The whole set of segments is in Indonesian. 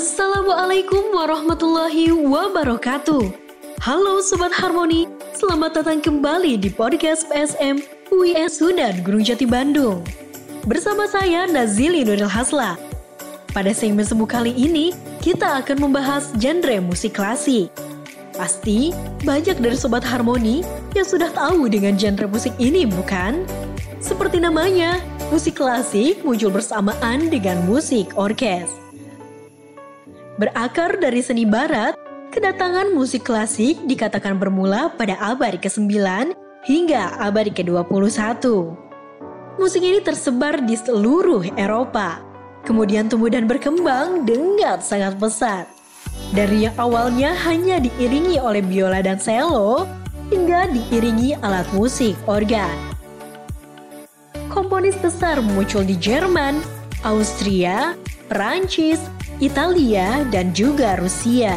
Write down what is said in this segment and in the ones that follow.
Assalamualaikum warahmatullahi wabarakatuh. Halo Sobat Harmoni, selamat datang kembali di podcast PSM UIN Sunan Gunung Jati Bandung. Bersama saya Nazili Nuril Hasla. Pada segmen semu kali ini, kita akan membahas genre musik klasik. Pasti banyak dari Sobat Harmoni yang sudah tahu dengan genre musik ini, bukan? Seperti namanya, musik klasik muncul bersamaan dengan musik orkes. Berakar dari seni barat, kedatangan musik klasik dikatakan bermula pada abad ke-9 hingga abad ke-21. Musik ini tersebar di seluruh Eropa, kemudian tumbuh dan berkembang dengan sangat pesat. Dari yang awalnya hanya diiringi oleh biola dan cello, hingga diiringi alat musik organ. Komponis besar muncul di Jerman, Austria, Perancis, Italia, dan juga Rusia.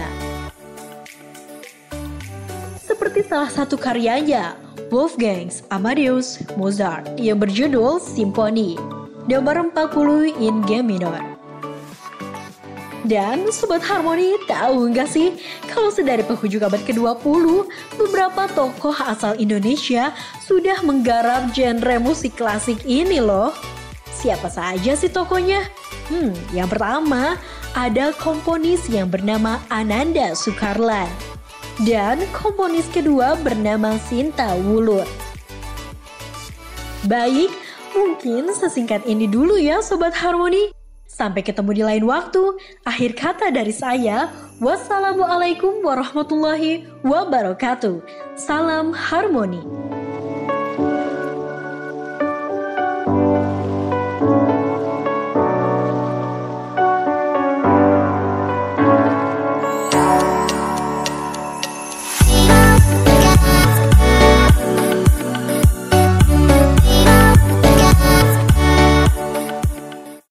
Seperti salah satu karyanya, Wolfgang Amadeus Mozart yang berjudul Simfoni nomor 40 in G minor. Dan Sobat Harmoni tahu nggak sih kalau sedari penghujung abad ke-20, beberapa tokoh asal Indonesia sudah menggarap genre musik klasik ini loh. Siapa saja sih tokohnya? Yang pertama ada komponis yang bernama Ananda Sukarlan. Dan komponis kedua bernama Sinta Wulur. Baik, mungkin sesingkat ini dulu ya Sobat Harmoni. Sampai ketemu di lain waktu. Akhir kata dari saya, wassalamualaikum warahmatullahi wabarakatuh. Salam harmoni.